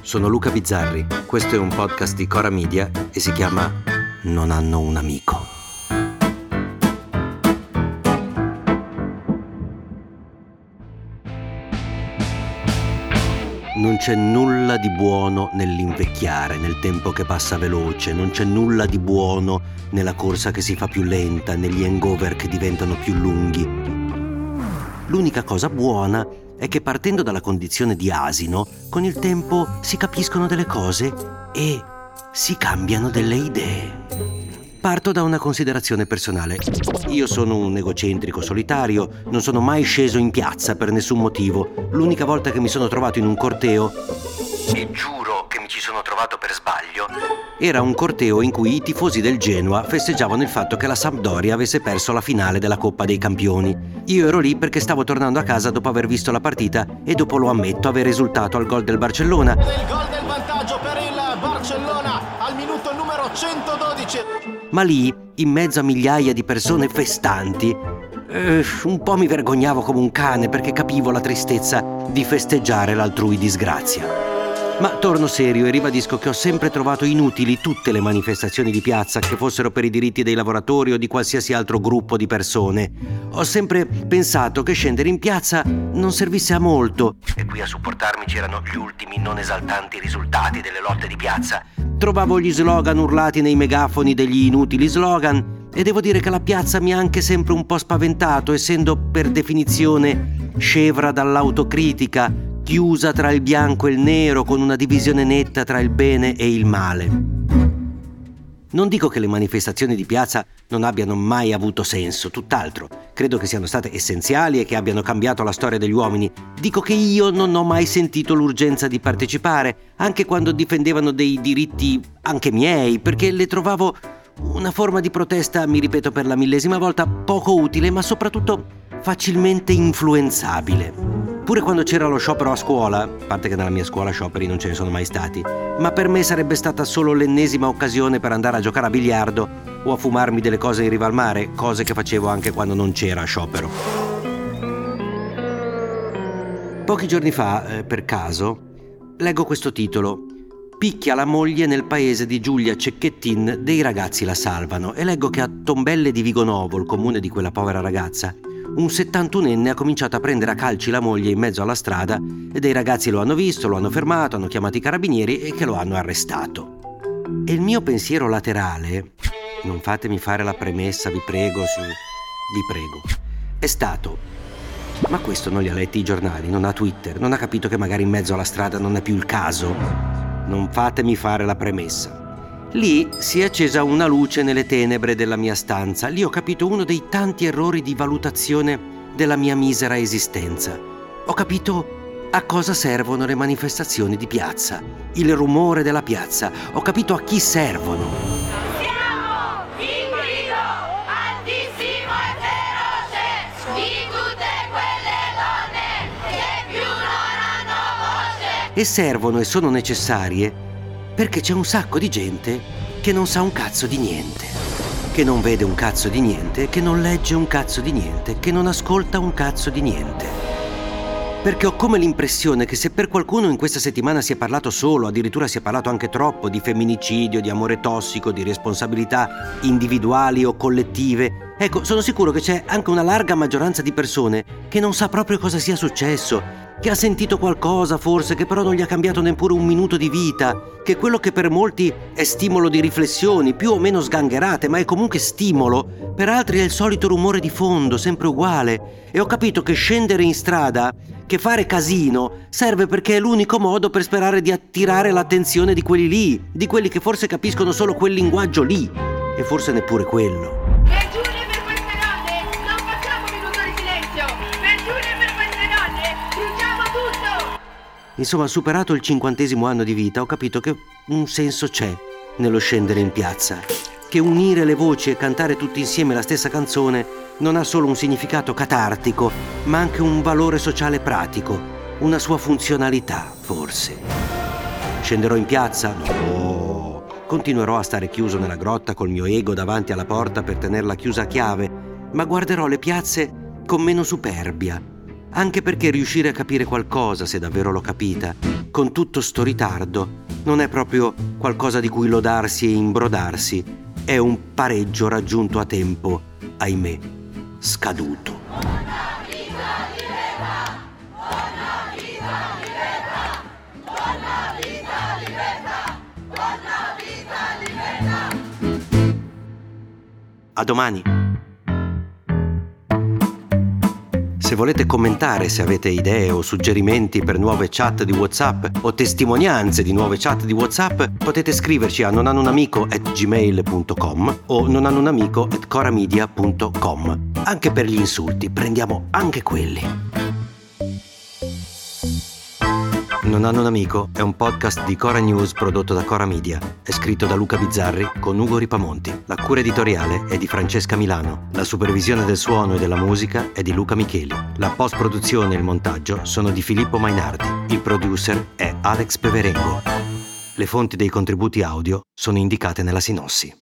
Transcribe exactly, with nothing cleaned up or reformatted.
sono Luca Bizzarri, questo è un podcast di Cora Media e si chiama Non hanno un amico. Non c'è nulla di buono nell'invecchiare, nel tempo che passa veloce, non c'è nulla di buono nella corsa che si fa più lenta, negli hangover che diventano più lunghi. L'unica cosa buona è che partendo dalla condizione di asino, con il tempo si capiscono delle cose e si cambiano delle idee. Parto da una considerazione personale. Io sono un egocentrico solitario, non sono mai sceso in piazza per nessun motivo. L'unica volta che mi sono trovato in un corteo, e giuro che mi ci sono trovato per sbaglio, era un corteo in cui i tifosi del Genoa festeggiavano il fatto che la Sampdoria avesse perso la finale della Coppa dei Campioni. Io ero lì perché stavo tornando a casa dopo aver visto la partita e dopo, lo ammetto, aver esultato al gol del Barcellona. Il gol del vantaggio per il Barcellona al minuto numero centododici. Ma lì, in mezzo a migliaia di persone festanti, eh, un po' mi vergognavo come un cane perché capivo la tristezza di festeggiare l'altrui disgrazia. Ma torno serio e ribadisco che ho sempre trovato inutili tutte le manifestazioni di piazza, che fossero per i diritti dei lavoratori o di qualsiasi altro gruppo di persone. Ho sempre pensato che scendere in piazza non servisse a molto. E qui a supportarmi c'erano gli ultimi non esaltanti risultati delle lotte di piazza. Trovavo gli slogan urlati nei megafoni degli inutili slogan e devo dire che la piazza mi ha anche sempre un po' spaventato, essendo per definizione scevra dall'autocritica, chiusa tra il bianco e il nero, con una divisione netta tra il bene e il male. Non dico che le manifestazioni di piazza non abbiano mai avuto senso, tutt'altro. Credo che siano state essenziali e che abbiano cambiato la storia degli uomini. Dico che io non ho mai sentito l'urgenza di partecipare, anche quando difendevano dei diritti anche miei, perché le trovavo una forma di protesta, mi ripeto per la millesima volta, poco utile, ma soprattutto facilmente influenzabile. Pure quando c'era lo sciopero a scuola, a parte che nella mia scuola scioperi non ce ne sono mai stati, ma per me sarebbe stata solo l'ennesima occasione per andare a giocare a biliardo o a fumarmi delle cose in riva al mare, cose che facevo anche quando non c'era sciopero. Pochi giorni fa, eh, per caso, leggo questo titolo: Picchia la moglie nel paese di Giulia Cecchettin, dei ragazzi la salvano, e leggo che a Tombelle di Vigonovo, il comune di quella povera ragazza, un settantunenne ha cominciato a prendere a calci la moglie in mezzo alla strada e dei ragazzi lo hanno visto, lo hanno fermato, hanno chiamato i carabinieri e che lo hanno arrestato. E il mio pensiero laterale, non fatemi fare la premessa, vi prego, su... vi prego, è stato: ma questo non li ha letti i giornali, non ha Twitter, non ha capito che magari in mezzo alla strada non è più il caso? Non fatemi fare la premessa. Lì si è accesa una luce nelle tenebre della mia stanza. Lì ho capito uno dei tanti errori di valutazione della mia misera esistenza. Ho capito a cosa servono le manifestazioni di piazza, il rumore della piazza. Ho capito a chi servono. Siamo il grido altissimo e feroce di tutte quelle donne che più non hanno voce. E servono e sono necessarie perché c'è un sacco di gente che non sa un cazzo di niente, che non vede un cazzo di niente, che non legge un cazzo di niente, che non ascolta un cazzo di niente. Perché ho come l'impressione che se per qualcuno in questa settimana si è parlato solo, addirittura si è parlato anche troppo, di femminicidio, di amore tossico, di responsabilità individuali o collettive, ecco, sono sicuro che c'è anche una larga maggioranza di persone che non sa proprio cosa sia successo, che ha sentito qualcosa forse, che però non gli ha cambiato neppure un minuto di vita, che quello che per molti è stimolo di riflessioni, più o meno sgangherate, ma è comunque stimolo, per altri è il solito rumore di fondo, sempre uguale. E ho capito che scendere in strada, che fare casino, serve perché è l'unico modo per sperare di attirare l'attenzione di quelli lì, di quelli che forse capiscono solo quel linguaggio lì, e forse neppure quello. Per Giulia e per queste donne non facciamo minuto di silenzio. Per Giulia e per queste donne bruciamo tutto. Insomma, superato il cinquantesimo anno di vita, ho capito che un senso c'è nello scendere in piazza, che unire le voci e cantare tutti insieme la stessa canzone non ha solo un significato catartico, ma anche un valore sociale pratico, una sua funzionalità, forse. Scenderò in piazza? No. Continuerò a stare chiuso nella grotta col mio ego davanti alla porta per tenerla chiusa a chiave, ma guarderò le piazze con meno superbia, anche perché riuscire a capire qualcosa, se davvero l'ho capita, con tutto sto ritardo non è proprio qualcosa di cui lodarsi e imbrodarsi, è un pareggio raggiunto a tempo, ahimè, scaduto. A domani! Se volete commentare, se avete idee o suggerimenti per nuove chat di WhatsApp o testimonianze di nuove chat di WhatsApp, potete scriverci a nonhanunamico at gmail punto com o nonhanunamico at coramedia punto com. Anche per gli insulti, prendiamo anche quelli. Non hanno un amico è un podcast di Cora News prodotto da Cora Media. È scritto da Luca Bizzarri con Ugo Ripamonti. La cura editoriale è di Francesca Milano. La supervisione del suono e della musica è di Luca Micheli. La post-produzione e il montaggio sono di Filippo Mainardi. Il producer è Alex Peverengo. Le fonti dei contributi audio sono indicate nella sinossi.